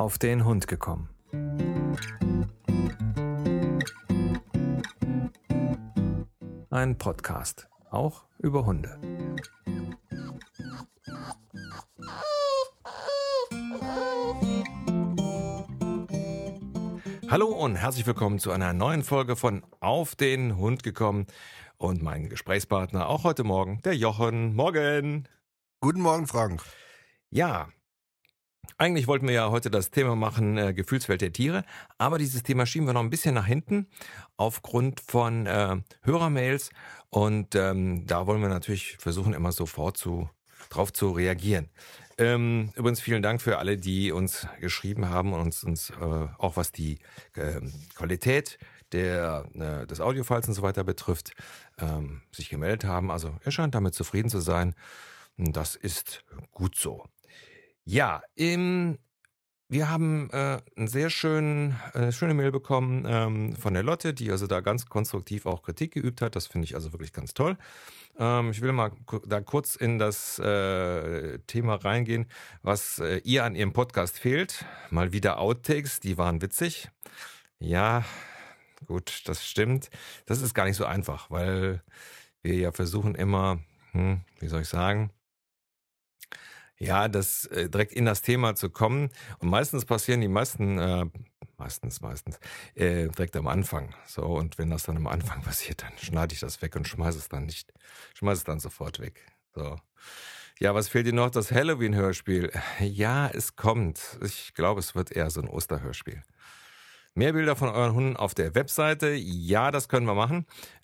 auf den Hund gekommen. Ein Podcast, auch über Hunde. Hallo und herzlich willkommen zu einer neuen Folge von Auf den Hund gekommen. Und mein Gesprächspartner auch heute Morgen, der Jochen. Morgen! Guten Morgen, Frank. Ja, eigentlich wollten wir ja heute das Thema machen, Gefühlswelt der Tiere, aber dieses Thema schieben wir noch ein bisschen nach hinten aufgrund von Hörermails und da wollen wir natürlich versuchen, immer sofort drauf zu reagieren. Übrigens vielen Dank für alle, die uns geschrieben haben und uns auch was die Qualität des Audiofiles und so weiter betrifft, sich gemeldet haben. Also er scheint damit zufrieden zu sein. Das ist gut so. Ja, wir haben eine schöne Mail bekommen von der Lotte, die also da ganz konstruktiv auch Kritik geübt hat. Das finde ich also wirklich ganz toll. Ich will mal da kurz in das Thema reingehen, was ihr an ihrem Podcast fehlt. Mal wieder Outtakes, die waren witzig. Ja, gut, das stimmt. Das ist gar nicht so einfach, weil wir ja versuchen immer, wie soll ich sagen, ja, das direkt in das Thema zu kommen. Und meistens passieren die meisten direkt am Anfang. So, und wenn das dann am Anfang passiert, dann schneide ich das weg und schmeiße es dann sofort weg. So. Ja, was fehlt dir noch? Das Halloween-Hörspiel. Ja, es kommt. Ich glaube, es wird eher so ein Osterhörspiel. Mehr Bilder von euren Hunden auf der Webseite. Ja, das können wir machen.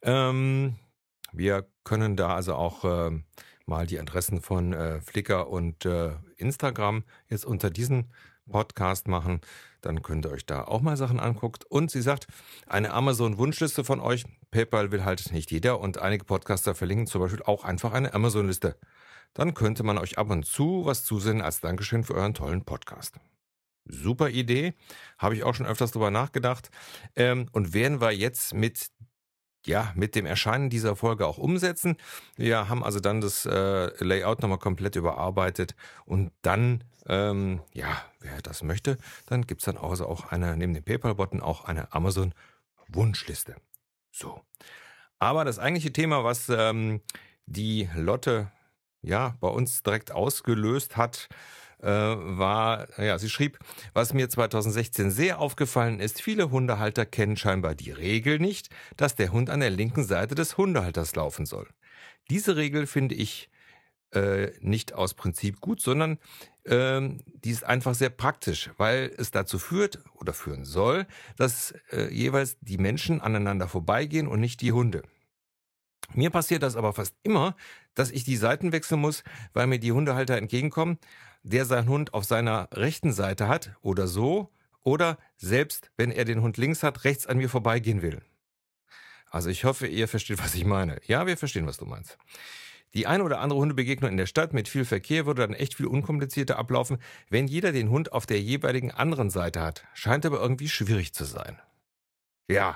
Wir können da also auch mal die Adressen von Flickr und Instagram jetzt unter diesen Podcast machen. Dann könnt ihr euch da auch mal Sachen angucken. Und sie sagt, eine Amazon-Wunschliste von euch. PayPal will halt nicht jeder und einige Podcaster verlinken zum Beispiel auch einfach eine Amazon-Liste. Dann könnte man euch ab und zu was zusenden als Dankeschön für euren tollen Podcast. Super Idee, habe ich auch schon öfters drüber nachgedacht. Und werden wir jetzt mit dem Erscheinen dieser Folge auch umsetzen. Wir haben also dann das Layout nochmal komplett überarbeitet und dann, wer das möchte, dann gibt es dann auch neben dem PayPal-Button auch eine Amazon-Wunschliste. So. Aber das eigentliche Thema, was die Lotte bei uns direkt ausgelöst hat, sie schrieb, was mir 2016 sehr aufgefallen ist, viele Hundehalter kennen scheinbar die Regel nicht, dass der Hund an der linken Seite des Hundehalters laufen soll. Diese Regel finde ich nicht aus Prinzip gut, sondern die ist einfach sehr praktisch, weil es dazu führt oder führen soll, dass jeweils die Menschen aneinander vorbeigehen und nicht die Hunde. Mir passiert das aber fast immer, dass ich die Seiten wechseln muss, weil mir die Hundehalter entgegenkommen, der seinen Hund auf seiner rechten Seite hat oder so, oder selbst, wenn er den Hund links hat, rechts an mir vorbeigehen will. Also ich hoffe, ihr versteht, was ich meine. Ja, wir verstehen, was du meinst. Die eine oder andere Hundebegegnung in der Stadt mit viel Verkehr würde dann echt viel unkomplizierter ablaufen, wenn jeder den Hund auf der jeweiligen anderen Seite hat. Scheint aber irgendwie schwierig zu sein. Ja,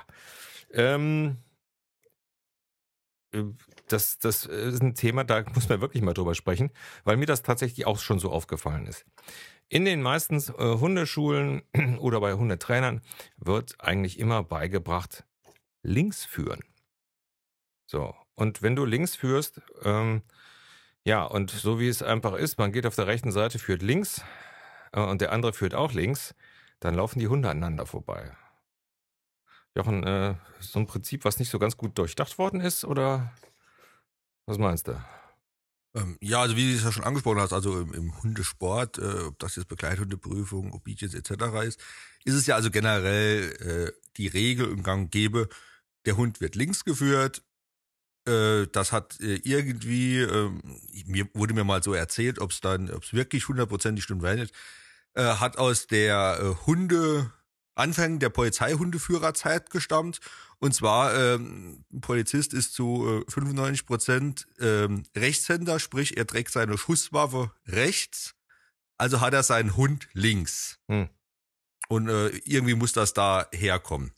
das ist ein Thema, da muss man wirklich mal drüber sprechen, weil mir das tatsächlich auch schon so aufgefallen ist. In den meisten Hundeschulen oder bei Hundetrainern wird eigentlich immer beigebracht, links führen. So, und wenn du links führst, und so wie es einfach ist, man geht auf der rechten Seite, führt links und der andere führt auch links, dann laufen die Hunde aneinander vorbei. Jochen, so ein Prinzip, was nicht so ganz gut durchdacht worden ist, oder was meinst du? Also wie du es ja schon angesprochen hast, also im Hundesport, ob das jetzt Begleithundeprüfung, Obedience etc. ist es ja also generell die Regel im Gang und Gäbe, der Hund wird links geführt. Das hat irgendwie, wurde mir mal so erzählt, ob es wirklich 100% stimmt, weiß nicht, hat aus der Anfang der Polizeihundeführerzeit gestammt. Und zwar, ein Polizist ist zu 95% Rechtshänder, sprich, er trägt seine Schusswaffe rechts, also hat er seinen Hund links. Und irgendwie muss das da herkommen.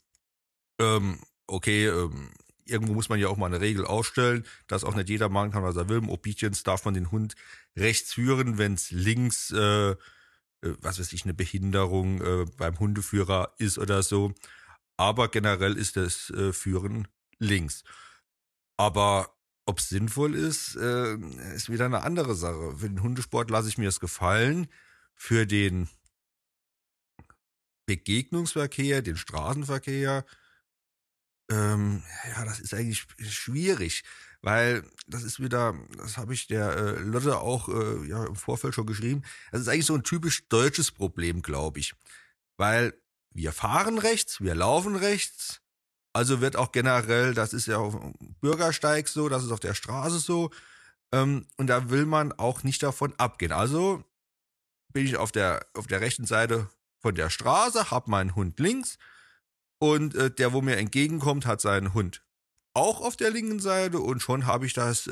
Irgendwo muss man ja auch mal eine Regel aufstellen, dass auch nicht jeder machen kann, was er will. Im Obedience darf man den Hund rechts führen, wenn es links was weiß ich, eine Behinderung beim Hundeführer ist oder so. Aber generell ist das Führen links. Aber ob es sinnvoll ist wieder eine andere Sache. Für den Hundesport lasse ich mir es gefallen. Für den Begegnungsverkehr, den Straßenverkehr, ja, das ist eigentlich schwierig, weil das habe ich der Lotte auch ja, im Vorfeld schon geschrieben, das ist eigentlich so ein typisch deutsches Problem, glaube ich. Weil wir fahren rechts, wir laufen rechts, also wird auch generell, das ist ja auf dem Bürgersteig so, das ist auf der Straße so, und da will man auch nicht davon abgehen. Also bin ich auf der rechten Seite von der Straße, hab meinen Hund links und der, wo mir entgegenkommt, hat seinen Hund auch auf der linken Seite und schon habe ich das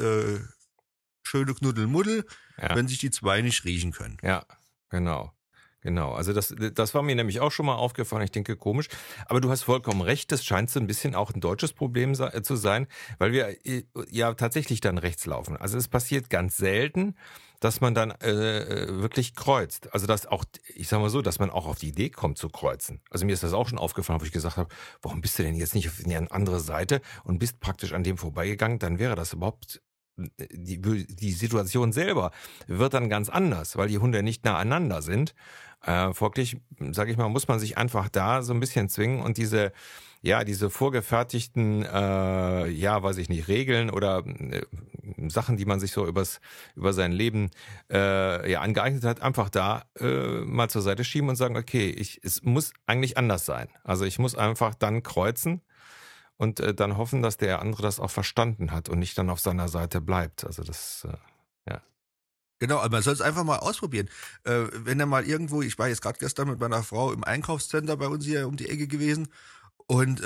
schöne Knuddelmuddel, Ja. wenn sich die zwei nicht riechen können. Ja, genau. Genau, also das war mir nämlich auch schon mal aufgefallen. Ich denke, komisch. Aber du hast vollkommen recht, das scheint so ein bisschen auch ein deutsches Problem zu sein, weil wir ja tatsächlich dann rechts laufen. Also es passiert ganz selten, dass man dann wirklich kreuzt. Also dass auch, ich sag mal so, dass man auch auf die Idee kommt zu kreuzen. Also mir ist das auch schon aufgefallen, wo ich gesagt habe, warum bist du denn jetzt nicht auf die andere Seite und bist praktisch an dem vorbeigegangen? Dann wäre das überhaupt die Situation selber wird dann ganz anders, weil die Hunde nicht nah aneinander sind. Folglich, sage ich mal, muss man sich einfach da so ein bisschen zwingen und diese vorgefertigten, weiß ich nicht, Regeln oder Sachen, die man sich so über sein Leben angeeignet hat, einfach da mal zur Seite schieben und sagen, okay, es muss eigentlich anders sein. Also ich muss einfach dann kreuzen und dann hoffen, dass der andere das auch verstanden hat und nicht dann auf seiner Seite bleibt. Also das, ja. Genau, aber man soll es einfach mal ausprobieren. Wenn er mal irgendwo, ich war jetzt gerade gestern mit meiner Frau im Einkaufscenter bei uns hier um die Ecke gewesen und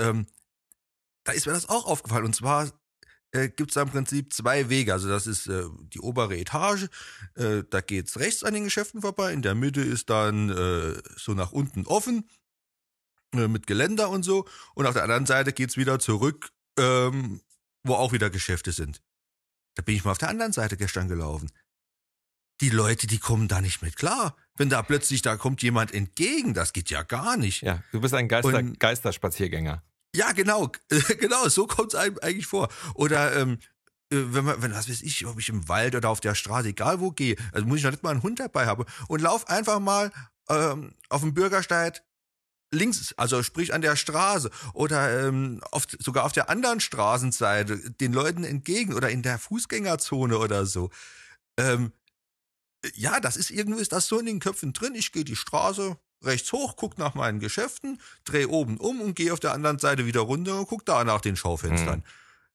da ist mir das auch aufgefallen. Und zwar gibt es da im Prinzip zwei Wege. Also das ist die obere Etage, da geht's rechts an den Geschäften vorbei. In der Mitte ist dann so nach unten offen mit Geländer und so. Und auf der anderen Seite geht's wieder zurück, wo auch wieder Geschäfte sind. Da bin ich mal auf der anderen Seite gestern gelaufen. Die Leute, die kommen da nicht mit klar. Wenn da plötzlich, da kommt jemand entgegen, das geht ja gar nicht. Ja, du bist ein Geisterspaziergänger. Ja, genau, genau, so kommt es einem eigentlich vor. Oder wenn was weiß ich, ob ich im Wald oder auf der Straße, egal wo gehe, also muss ich noch nicht mal einen Hund dabei haben und lauf einfach mal auf dem Bürgersteig links, also sprich an der Straße oder sogar auf der anderen Straßenseite den Leuten entgegen oder in der Fußgängerzone oder so. Ja, ist das so in den Köpfen drin. Ich gehe die Straße rechts hoch, guck nach meinen Geschäften, dreh oben um und gehe auf der anderen Seite wieder runter und guck da nach den Schaufenstern.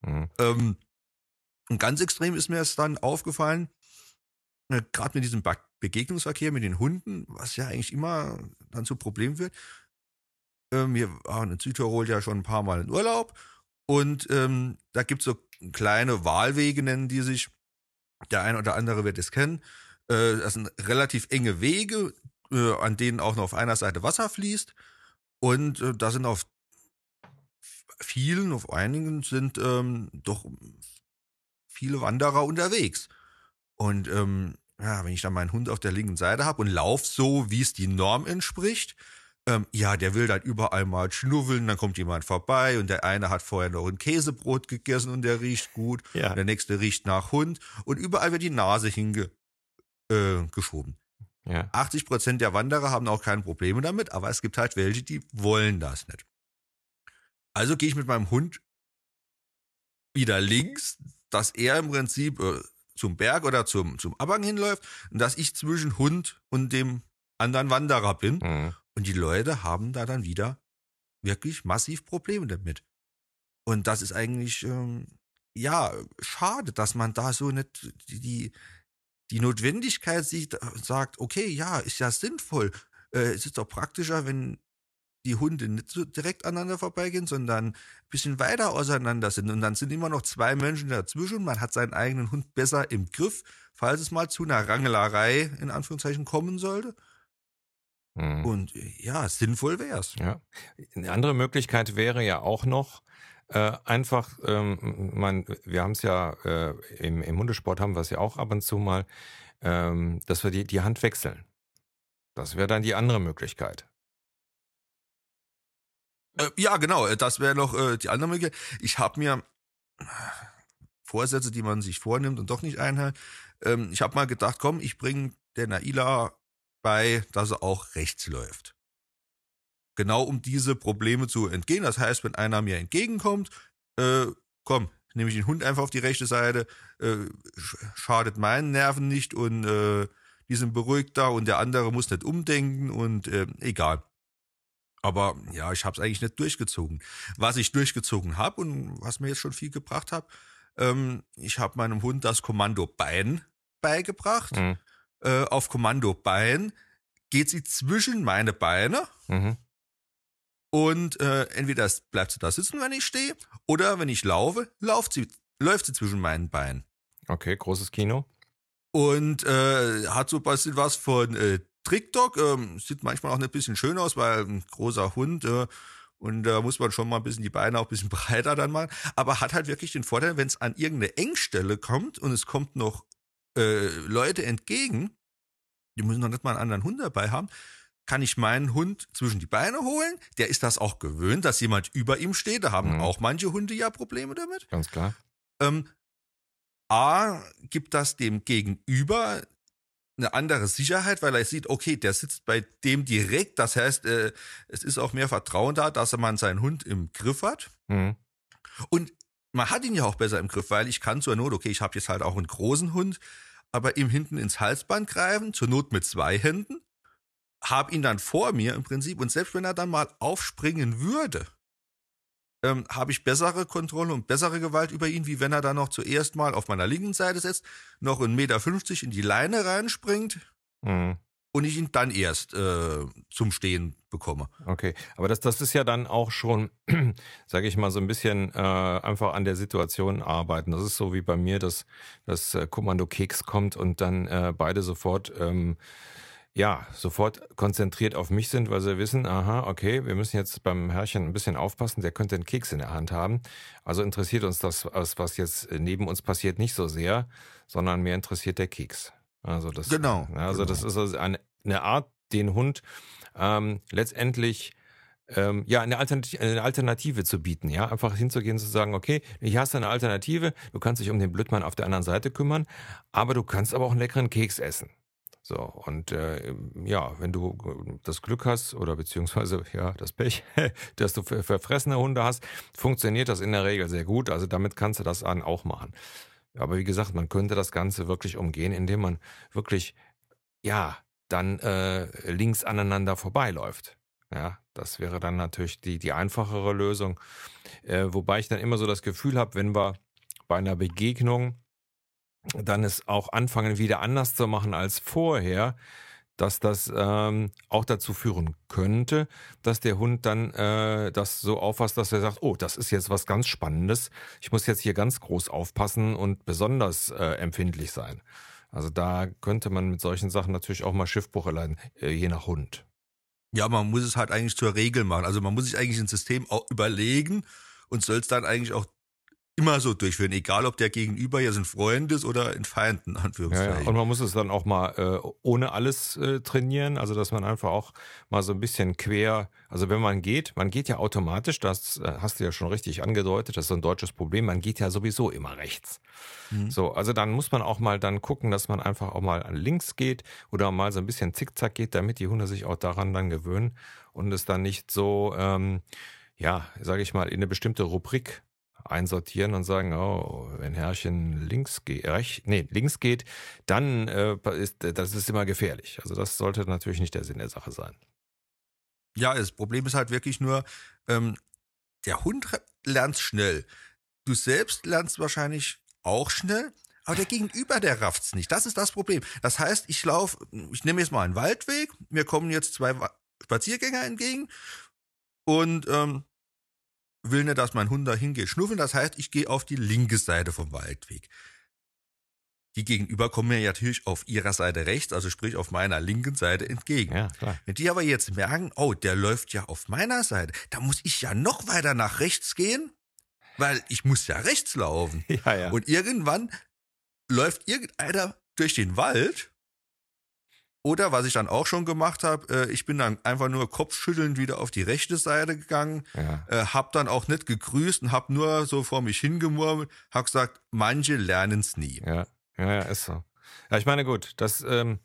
Und ganz extrem ist mir es dann aufgefallen, gerade mit diesem Begegnungsverkehr mit den Hunden, was ja eigentlich immer dann zu Problem wird. Wir waren in Südtirol ja schon ein paar Mal in Urlaub und da gibt's so kleine Wahlwege, nennen die sich. Der eine oder andere wird es kennen. Das sind relativ enge Wege, an denen auch noch auf einer Seite Wasser fließt. Und da sind auf einigen sind doch viele Wanderer unterwegs. Und wenn ich dann meinen Hund auf der linken Seite habe und lauf so, wie es die Norm entspricht, der will dann überall mal schnuffeln, dann kommt jemand vorbei und der eine hat vorher noch ein Käsebrot gegessen und der riecht gut. Ja. Und der nächste riecht nach Hund und überall wird die Nase geschoben. Ja. 80% der Wanderer haben auch keine Probleme damit, aber es gibt halt welche, die wollen das nicht. Also gehe ich mit meinem Hund wieder links, dass er im Prinzip zum Berg oder zum Abhang hinläuft und dass ich zwischen Hund und dem anderen Wanderer bin. Mhm. Und die Leute haben da dann wieder wirklich massiv Probleme damit. Und das ist eigentlich, schade, dass man da so nicht die Notwendigkeit sieht, sagt, okay, ja, ist ja sinnvoll. Es ist doch praktischer, wenn die Hunde nicht so direkt aneinander vorbeigehen, sondern ein bisschen weiter auseinander sind. Und dann sind immer noch zwei Menschen dazwischen. Man hat seinen eigenen Hund besser im Griff, falls es mal zu einer Rangelerei in Anführungszeichen kommen sollte. Und ja, sinnvoll wär's. Ja. Eine andere Möglichkeit wäre ja auch noch, einfach, wir haben es ja, im Hundesport haben wir es ja auch ab und zu mal, dass wir die Hand wechseln. Das wäre dann die andere Möglichkeit. Ja, genau, das wäre noch die andere Möglichkeit. Ich habe mir Vorsätze, die man sich vornimmt und doch nicht einhält. Ich habe mal gedacht, komm, ich bringe der Naila bei, dass er auch rechts läuft. Genau um diese Probleme zu entgehen. Das heißt, wenn einer mir entgegenkommt, komm, nehme ich den Hund einfach auf die rechte Seite, schadet meinen Nerven nicht und die sind beruhigt da und der andere muss nicht umdenken und egal. Aber ja, ich habe es eigentlich nicht durchgezogen. Was ich durchgezogen habe und was mir jetzt schon viel gebracht hat, ich habe meinem Hund das Kommando Bein beigebracht. Mhm. Auf Kommando Bein geht sie zwischen meine Beine und entweder bleibt sie da sitzen, wenn ich stehe, oder wenn ich laufe, läuft sie zwischen meinen Beinen. Okay, großes Kino. Und hat so ein bisschen was von Trickdog. Sieht manchmal auch ein bisschen schön aus, weil ein großer Hund und da muss man schon mal ein bisschen die Beine auch ein bisschen breiter dann machen. Aber hat halt wirklich den Vorteil, wenn es an irgendeine Engstelle kommt und es kommt noch Leute entgegen, die müssen noch nicht mal einen anderen Hund dabei haben, kann ich meinen Hund zwischen die Beine holen. Der ist das auch gewöhnt, dass jemand über ihm steht. Da haben auch manche Hunde ja Probleme damit. Ganz klar. A, gibt das dem Gegenüber eine andere Sicherheit, weil er sieht, okay, der sitzt bei dem direkt. Das heißt, es ist auch mehr Vertrauen da, dass man seinen Hund im Griff hat. Mhm. Und man hat ihn ja auch besser im Griff, weil ich kann zur Not, okay, ich habe jetzt halt auch einen großen Hund, aber ihm hinten ins Halsband greifen, zur Not mit 2 Händen, habe ihn dann vor mir im Prinzip und selbst wenn er dann mal aufspringen würde, habe ich bessere Kontrolle und bessere Gewalt über ihn, wie wenn er dann noch zuerst mal auf meiner linken Seite sitzt, noch 1,50 Meter in die Leine reinspringt und ich ihn dann erst zum Stehen bekomme. Okay, aber das ist ja dann auch schon, sage ich mal, so ein bisschen einfach an der Situation arbeiten. Das ist so wie bei mir, dass das Kommando Keks kommt und dann beide sofort sofort konzentriert auf mich sind, weil sie wissen, aha, okay, wir müssen jetzt beim Herrchen ein bisschen aufpassen, der könnte einen Keks in der Hand haben. Also interessiert uns das, was jetzt neben uns passiert, nicht so sehr, sondern mehr interessiert der Keks. Also das, Genau. Das ist also eine Art, den Hund letztendlich eine Alternative zu bieten, ja, einfach hinzugehen und zu sagen, okay, hier hast du eine Alternative, du kannst dich um den Blödmann auf der anderen Seite kümmern, aber du kannst aber auch einen leckeren Keks essen. So, und wenn du das Glück hast oder beziehungsweise das Pech, dass du verfressene Hunde hast, funktioniert das in der Regel sehr gut. Also damit kannst du das auch machen. Aber wie gesagt, man könnte das Ganze wirklich umgehen, indem man wirklich, dann links aneinander vorbeiläuft. Ja, das wäre dann natürlich die einfachere Lösung. Wobei ich dann immer so das Gefühl habe, wenn wir bei einer Begegnung dann es auch anfangen, wieder anders zu machen als vorher, dass das auch dazu führen könnte, dass der Hund dann das so auffasst, dass er sagt, oh, das ist jetzt was ganz Spannendes, ich muss jetzt hier ganz groß aufpassen und besonders empfindlich sein. Also da könnte man mit solchen Sachen natürlich auch mal Schiffbruch erleiden, je nach Hund. Ja, man muss es halt eigentlich zur Regel machen. Also man muss sich eigentlich ein System auch überlegen und soll es dann eigentlich auch immer so durchführen, egal ob der Gegenüber jetzt ein Freund ist oder ein Feind, in Anführungszeichen. Ja. Und man muss es dann auch mal ohne alles trainieren, also dass man einfach auch mal so ein bisschen quer, also wenn man geht ja automatisch, das hast du ja schon richtig angedeutet, das ist so ein deutsches Problem, man geht ja sowieso immer rechts. So, also dann muss man auch mal dann gucken, dass man einfach auch mal links geht oder mal so ein bisschen zickzack geht, damit die Hunde sich auch daran dann gewöhnen und es dann nicht so, sage ich mal, in eine bestimmte Rubrik einsortieren und sagen, oh, wenn Herrchen links geht, dann das ist immer gefährlich. Also das sollte natürlich nicht der Sinn der Sache sein. Ja, das Problem ist halt wirklich nur, der Hund lernt schnell. Du selbst lernst wahrscheinlich auch schnell, aber der Gegenüber, der rafft's nicht. Das ist das Problem. Das heißt, ich nehme jetzt mal einen Waldweg, mir kommen jetzt 2 Spaziergänger entgegen und will nicht, dass mein Hund da hingeht schnuffeln. Das heißt, ich gehe auf die linke Seite vom Waldweg. Die Gegenüber kommen mir natürlich auf ihrer Seite rechts, also sprich auf meiner linken Seite entgegen. Ja, klar. Wenn die aber jetzt merken, oh, der läuft ja auf meiner Seite, da muss ich ja noch weiter nach rechts gehen, weil ich muss ja rechts laufen. Ja. Und irgendwann läuft irgendeiner durch den Wald Oder was ich dann auch schon gemacht habe, ich bin dann einfach nur kopfschüttelnd wieder auf die rechte Seite gegangen, hab dann auch nicht gegrüßt und hab nur so vor mich hingemurmelt, hab gesagt, manche lernen es nie. Ja, ist so. Ja, ich meine, gut, das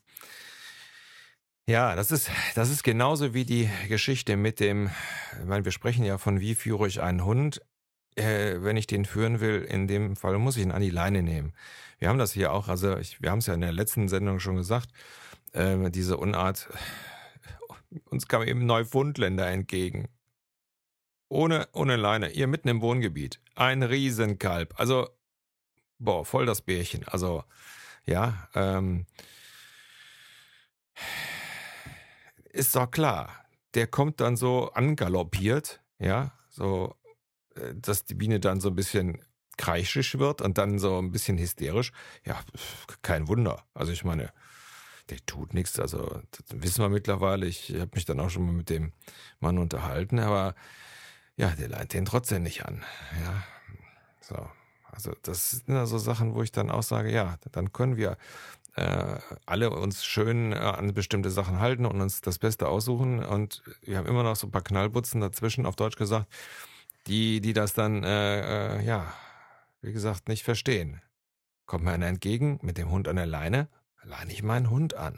ist genauso wie die Geschichte mit dem, ich meine, wir sprechen ja von, wie führe ich einen Hund. Wenn ich den führen will, in dem Fall muss ich ihn an die Leine nehmen. Wir haben das hier auch, wir haben es ja in der letzten Sendung schon gesagt, diese Unart, uns kam eben Neufundländer entgegen. Ohne Leine, ihr mitten im Wohngebiet. Ein Riesenkalb. Also, voll das Bärchen. Also, ja, ist doch klar. Der kommt dann so angaloppiert, ja, so, dass die Biene dann so ein bisschen kreischig wird und dann so ein bisschen hysterisch. Ja, kein Wunder. Also ich meine, der tut nichts. Also das wissen wir mittlerweile. Ich habe mich dann auch schon mal mit dem Mann unterhalten, aber ja, der leint den trotzdem nicht an. Ja, so. Also das sind ja so Sachen, wo ich dann auch sage, ja, dann können wir alle uns schön an bestimmte Sachen halten und uns das Beste aussuchen. Und wir haben immer noch so ein paar Knallbutzen dazwischen, auf Deutsch gesagt, die das dann, wie gesagt, nicht verstehen. Kommt mir einer entgegen mit dem Hund an der Leine, leine ich meinen Hund an.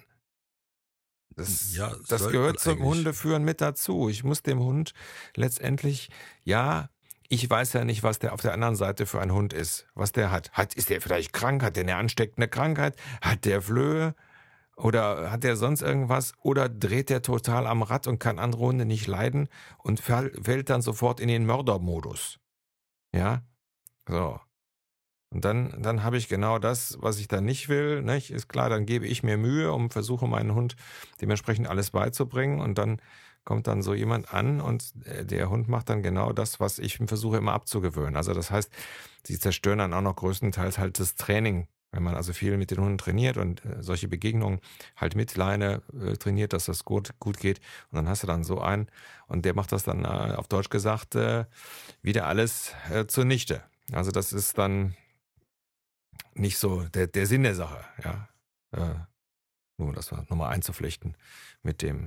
Das gehört zum Hundeführen mit dazu. Ich muss dem Hund letztendlich, ich weiß ja nicht, was der auf der anderen Seite für ein Hund ist, was der hat. Ist der vielleicht krank? Hat der eine ansteckende Krankheit? Hat der Flöhe? Oder hat der sonst irgendwas? Oder dreht der total am Rad und kann andere Hunde nicht leiden und fällt dann sofort in den Mördermodus? Ja, so. Und dann habe ich genau das, was ich dann nicht will. Nicht? Ist klar, dann gebe ich mir Mühe und versuche meinen Hund dementsprechend alles beizubringen. Und dann kommt dann so jemand an und der Hund macht dann genau das, was ich versuche immer abzugewöhnen. Also das heißt, sie zerstören dann auch noch größtenteils halt das Training. Wenn man also viel mit den Hunden trainiert und solche Begegnungen halt mit Leine trainiert, dass das gut geht. Und dann hast du dann so einen und der macht das dann auf Deutsch gesagt wieder alles zunichte. Also das ist dann nicht so der Sinn der Sache. Ja, nur das war nochmal einzuflechten mit dem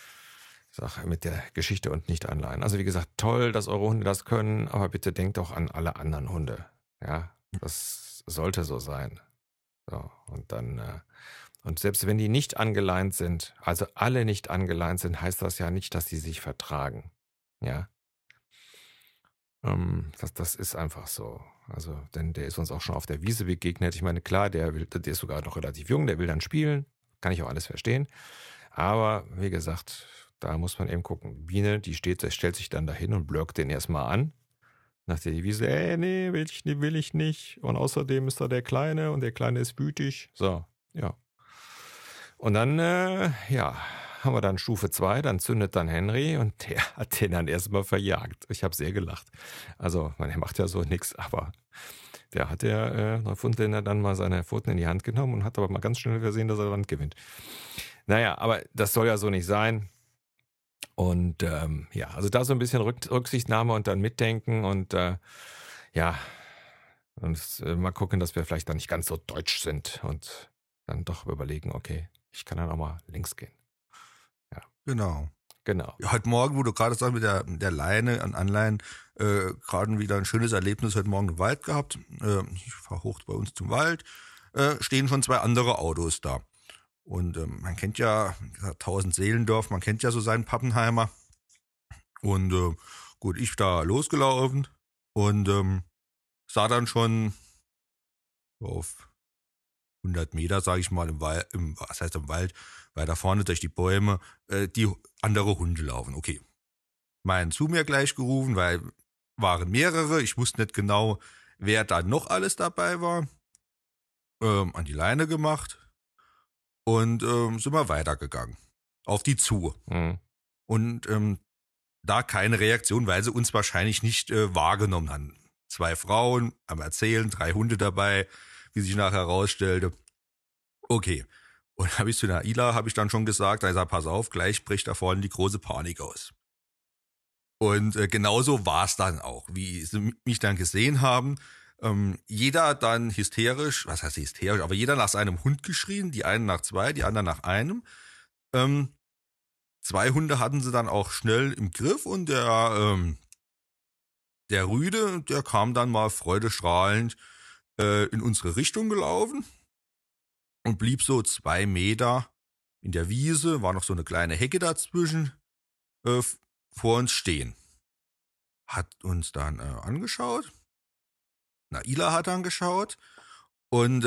mit der Geschichte und nicht anleihen. Also wie gesagt, toll, dass eure Hunde das können, aber bitte denkt auch an alle anderen Hunde. Ja, das sollte so sein. So, und dann, und selbst wenn die nicht angeleint sind, also alle nicht angeleint sind, heißt das ja nicht, dass sie sich vertragen. Ja. Das ist einfach so. Also, denn der ist uns auch schon auf der Wiese begegnet. Ich meine, klar, der ist sogar noch relativ jung, der will dann spielen. Kann ich auch alles verstehen. Aber wie gesagt, da muss man eben gucken. Biene, stellt sich dann dahin und blöckt den erstmal an. Nach der Devise, nee, will ich nicht. Und außerdem ist da der Kleine und der Kleine ist wütig. So, ja. Und dann, haben wir dann Stufe 2, dann zündet dann Henry und der hat den dann erstmal verjagt. Ich habe sehr gelacht. Also, er macht ja so nichts, aber der hat der Neufundländer dann mal seine Pfoten in die Hand genommen und hat aber mal ganz schnell gesehen, dass er die Wand gewinnt. Naja, aber das soll ja so nicht sein. Und also da so ein bisschen Rücksichtnahme und dann mitdenken und und mal gucken, dass wir vielleicht dann nicht ganz so deutsch sind und dann doch überlegen, okay, ich kann dann auch mal links gehen. Ja. Genau. Ja, heute Morgen, wo du gerade sagst, mit der Leine an Anleihen, gerade wieder ein schönes Erlebnis heute Morgen im Wald gehabt. Ich fahre hoch bei uns zum Wald, stehen schon 2 andere Autos da. Und man kennt ja 1000 Seelendorf, man kennt ja so seinen Pappenheimer. Und gut, ich da losgelaufen und sah dann schon auf 100 Meter, sage ich mal, im Wald, weiter vorne durch die Bäume, die andere Hunde laufen. Okay, meinen zu mir gleich gerufen, weil waren mehrere, ich wusste nicht genau, wer da noch alles dabei war. An die Leine gemacht. Und sind wir weitergegangen. Auf die zu. Mhm. Und da keine Reaktion, weil sie uns wahrscheinlich nicht wahrgenommen haben. 2 Frauen am Erzählen, 3 Hunde dabei, wie sich nachher herausstellte. Okay. Und habe ich zu der Ila, habe ich dann schon gesagt, da pass auf, gleich bricht da vorne die große Panik aus. Und genauso war es dann auch. Wie sie mich dann gesehen haben, Jeder dann hysterisch, was heißt hysterisch, aber jeder nach seinem Hund geschrien, die einen nach zwei, die anderen nach einem. 2 Hunde hatten sie dann auch schnell im Griff und der Rüde, der kam dann mal freudestrahlend in unsere Richtung gelaufen und blieb so 2 Meter in der Wiese, war noch so eine kleine Hecke dazwischen, vor uns stehen. Hat uns dann angeschaut. Naila hat dann geschaut und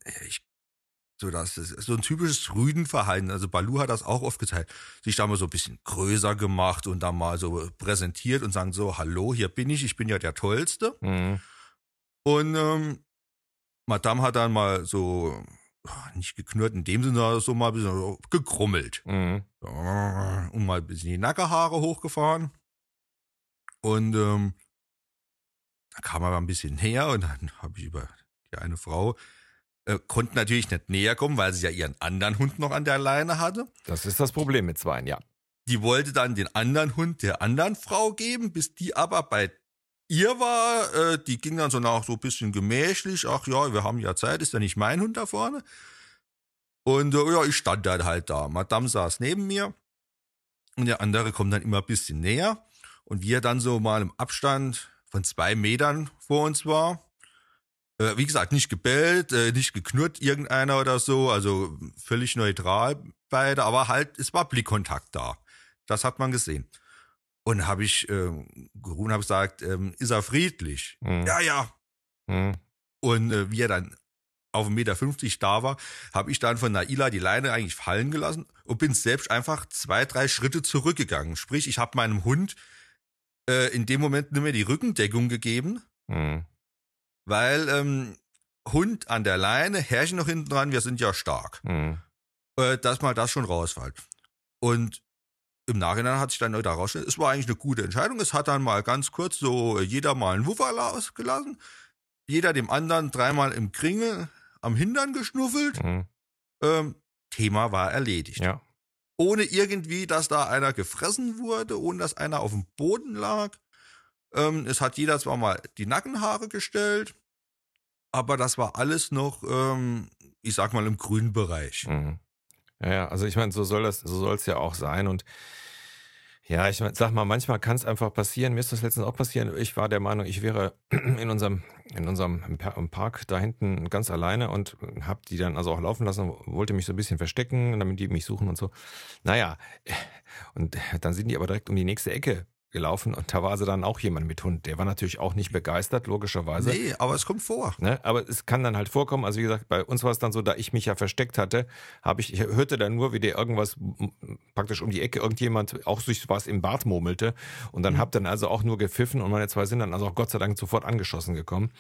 das ist so ein typisches Rüdenverhalten. Also Balu hat das auch oft gezeigt. Sich da mal so ein bisschen größer gemacht und dann mal so präsentiert und sagen so, hallo, hier bin ich bin ja der Tollste. Mhm. Und Madame hat dann mal so, nicht geknurrt in dem Sinne, so mal ein bisschen so gekrummelt. Mhm. Und mal ein bisschen die Nackenhaare hochgefahren. Und da kam er mal ein bisschen näher und dann habe ich über die eine Frau, konnte natürlich nicht näher kommen, weil sie ja ihren anderen Hund noch an der Leine hatte. Das ist das Problem mit Zweien, ja. Die wollte dann den anderen Hund der anderen Frau geben, bis die aber bei ihr war. Die ging dann so nach so ein bisschen gemächlich. Ach ja, wir haben ja Zeit, ist ja nicht mein Hund da vorne. Und ja, ich stand dann halt da. Madame saß neben mir und der andere kommt dann immer ein bisschen näher. Und wie er dann so mal im Abstand von 2 Metern vor uns war, wie gesagt, nicht gebellt, nicht geknurrt irgendeiner oder so, also völlig neutral beide, aber halt, es war Blickkontakt da. Das hat man gesehen. Und habe ich gerufen, habe gesagt, ist er friedlich? Mhm. Ja, ja. Mhm. Und wie er dann auf 1,50 Meter da war, habe ich dann von Naila die Leine eigentlich fallen gelassen und bin selbst einfach 2, 3 Schritte zurückgegangen. Sprich, ich habe meinem Hund in dem Moment nicht mehr die Rückendeckung gegeben, Mhm. weil Hund an der Leine, Herrchen noch hinten dran, wir sind ja stark, Mhm. dass mal das schon rausfällt. Und im Nachhinein hat sich dann da rausgestellt, es war eigentlich eine gute Entscheidung. Es hat dann mal ganz kurz so jeder mal einen Wuffer ausgelassen, jeder dem anderen 3-mal im Kringel am Hintern geschnuffelt. Mhm. Thema war erledigt. Ja. Ohne irgendwie, dass da einer gefressen wurde, ohne dass einer auf dem Boden lag. Es hat jeder zwar mal die Nackenhaare gestellt, aber das war alles noch, ich sag mal, im grünen Bereich. Mhm. Ja, also ich meine, so soll es ja auch sein. Und ja, ich sag mal, manchmal kann es einfach passieren. Mir ist das letztens auch passiert. Ich war der Meinung, ich wäre in unserem im Park da hinten ganz alleine und habe die dann also auch laufen lassen, wollte mich so ein bisschen verstecken, damit die mich suchen und so. Naja, und dann sind die aber direkt um die nächste Ecke gelaufen und da war also dann auch jemand mit Hund. Der war natürlich auch nicht begeistert, logischerweise. Nee, aber es kommt vor. Ne? Aber es kann dann halt vorkommen, also wie gesagt, bei uns war es dann so, da ich mich ja versteckt hatte, ich hörte dann nur, wie der irgendwas praktisch um die Ecke, irgendjemand auch sich was im Bart murmelte und dann hab dann also auch nur gepfiffen und meine 2 sind dann also auch Gott sei Dank sofort angeschossen gekommen.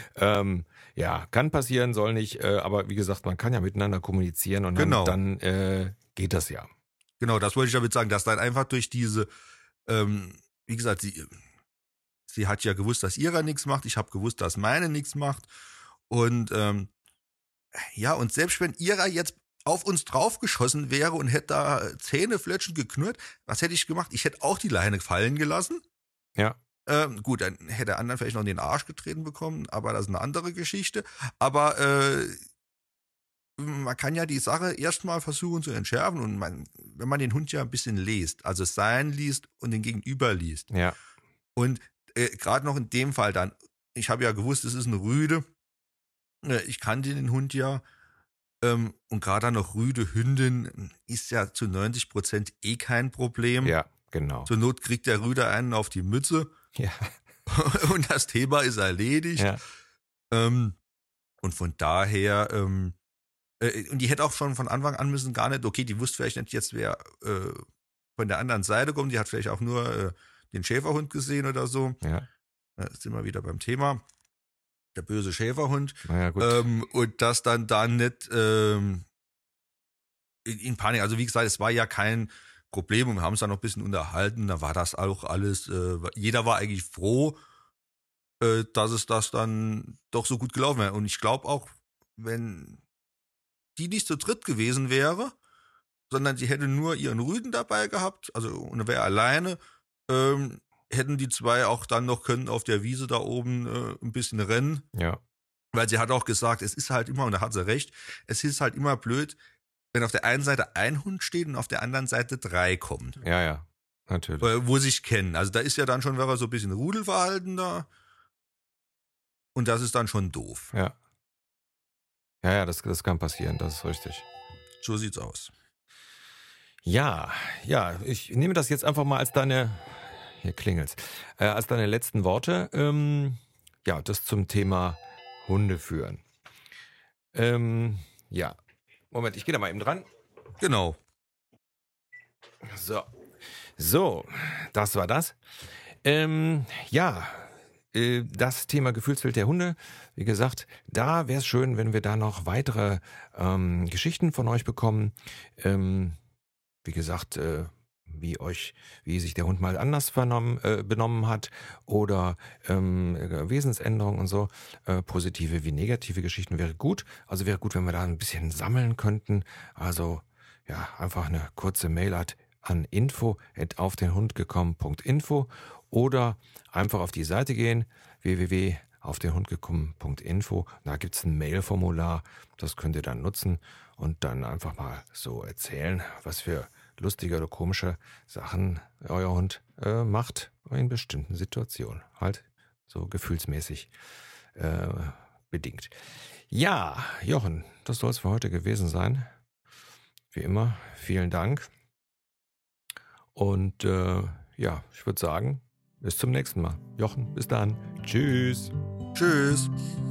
Ja, kann passieren, soll nicht, aber wie gesagt, man kann ja miteinander kommunizieren und Genau. dann geht das ja. Genau, das wollte ich damit sagen, dass dann einfach durch diese, wie gesagt, sie hat ja gewusst, dass ihrer nichts macht, ich habe gewusst, dass meine nichts macht. Und ja, und selbst wenn ihrer jetzt auf uns draufgeschossen wäre und hätte da Zähnefletschend geknurrt, was hätte ich gemacht? Ich hätte auch die Leine fallen gelassen. Ja. Gut, dann hätte der andere vielleicht noch in den Arsch getreten bekommen, aber das ist eine andere Geschichte. Aber man kann ja die Sache erstmal versuchen zu entschärfen und wenn man den Hund ja ein bisschen liest, also sein liest und den Gegenüber liest. Ja. Und gerade noch in dem Fall dann, ich habe ja gewusst, es ist eine Rüde, ich kannte den Hund ja und gerade dann noch Rüde Hündin ist ja zu 90% eh kein Problem. Ja, genau. Zur Not kriegt der Rüde einen auf die Mütze Ja. und das Thema ist erledigt. Ja. Und von daher, und die hätte auch schon von Anfang an müssen gar nicht, okay, die wusste vielleicht nicht jetzt, wer von der anderen Seite kommt, die hat vielleicht auch nur den Schäferhund gesehen oder so. Ja. Jetzt sind wir wieder beim Thema. Der böse Schäferhund. Naja, gut. Und das dann nicht in Panik. Also wie gesagt, es war ja kein Problem und wir haben uns dann noch ein bisschen unterhalten. Da war das auch alles, jeder war eigentlich froh, dass es das dann doch so gut gelaufen wäre. Und ich glaube auch, wenn die nicht zu dritt gewesen wäre, sondern sie hätte nur ihren Rüden dabei gehabt, also und wäre alleine, hätten die zwei auch dann noch können auf der Wiese da oben ein bisschen rennen. Ja. Weil sie hat auch gesagt, es ist halt immer, und da hat sie recht, es ist halt immer blöd, wenn auf der einen Seite ein Hund steht und auf der anderen Seite 3 kommen. Ja, natürlich. Wo sie sich kennen. Also da ist ja dann schon so ein bisschen Rudelverhalten da. Und das ist dann schon doof. Ja. Ja, das kann passieren, das ist richtig. So sieht's aus. Ja, ich nehme das jetzt einfach mal als hier klingelt's, als deine letzten Worte. Ja, das zum Thema Hunde führen. Ja, Moment, ich gehe da mal eben dran. Genau. So, das war das. Das Thema Gefühlswelt der Hunde, wie gesagt, da wäre es schön, wenn wir da noch weitere Geschichten von euch bekommen. Wie gesagt, wie sich der Hund mal anders benommen hat oder Wesensänderungen und so. Positive wie negative Geschichten wäre gut. Also wäre gut, wenn wir da ein bisschen sammeln könnten. Also ja, einfach eine kurze Mail an info@aufdenhundgekommen.info oder einfach auf die Seite gehen, www.aufdenhundgekommen.info. Da gibt es ein Mailformular, das könnt ihr dann nutzen und dann einfach mal so erzählen, was für lustige oder komische Sachen euer Hund macht in bestimmten Situationen. Halt so gefühlsmäßig bedingt. Ja, Jochen, das soll es für heute gewesen sein. Wie immer, vielen Dank. Und ja, ich würde sagen, bis zum nächsten Mal. Jochen, bis dann. Tschüss. Tschüss.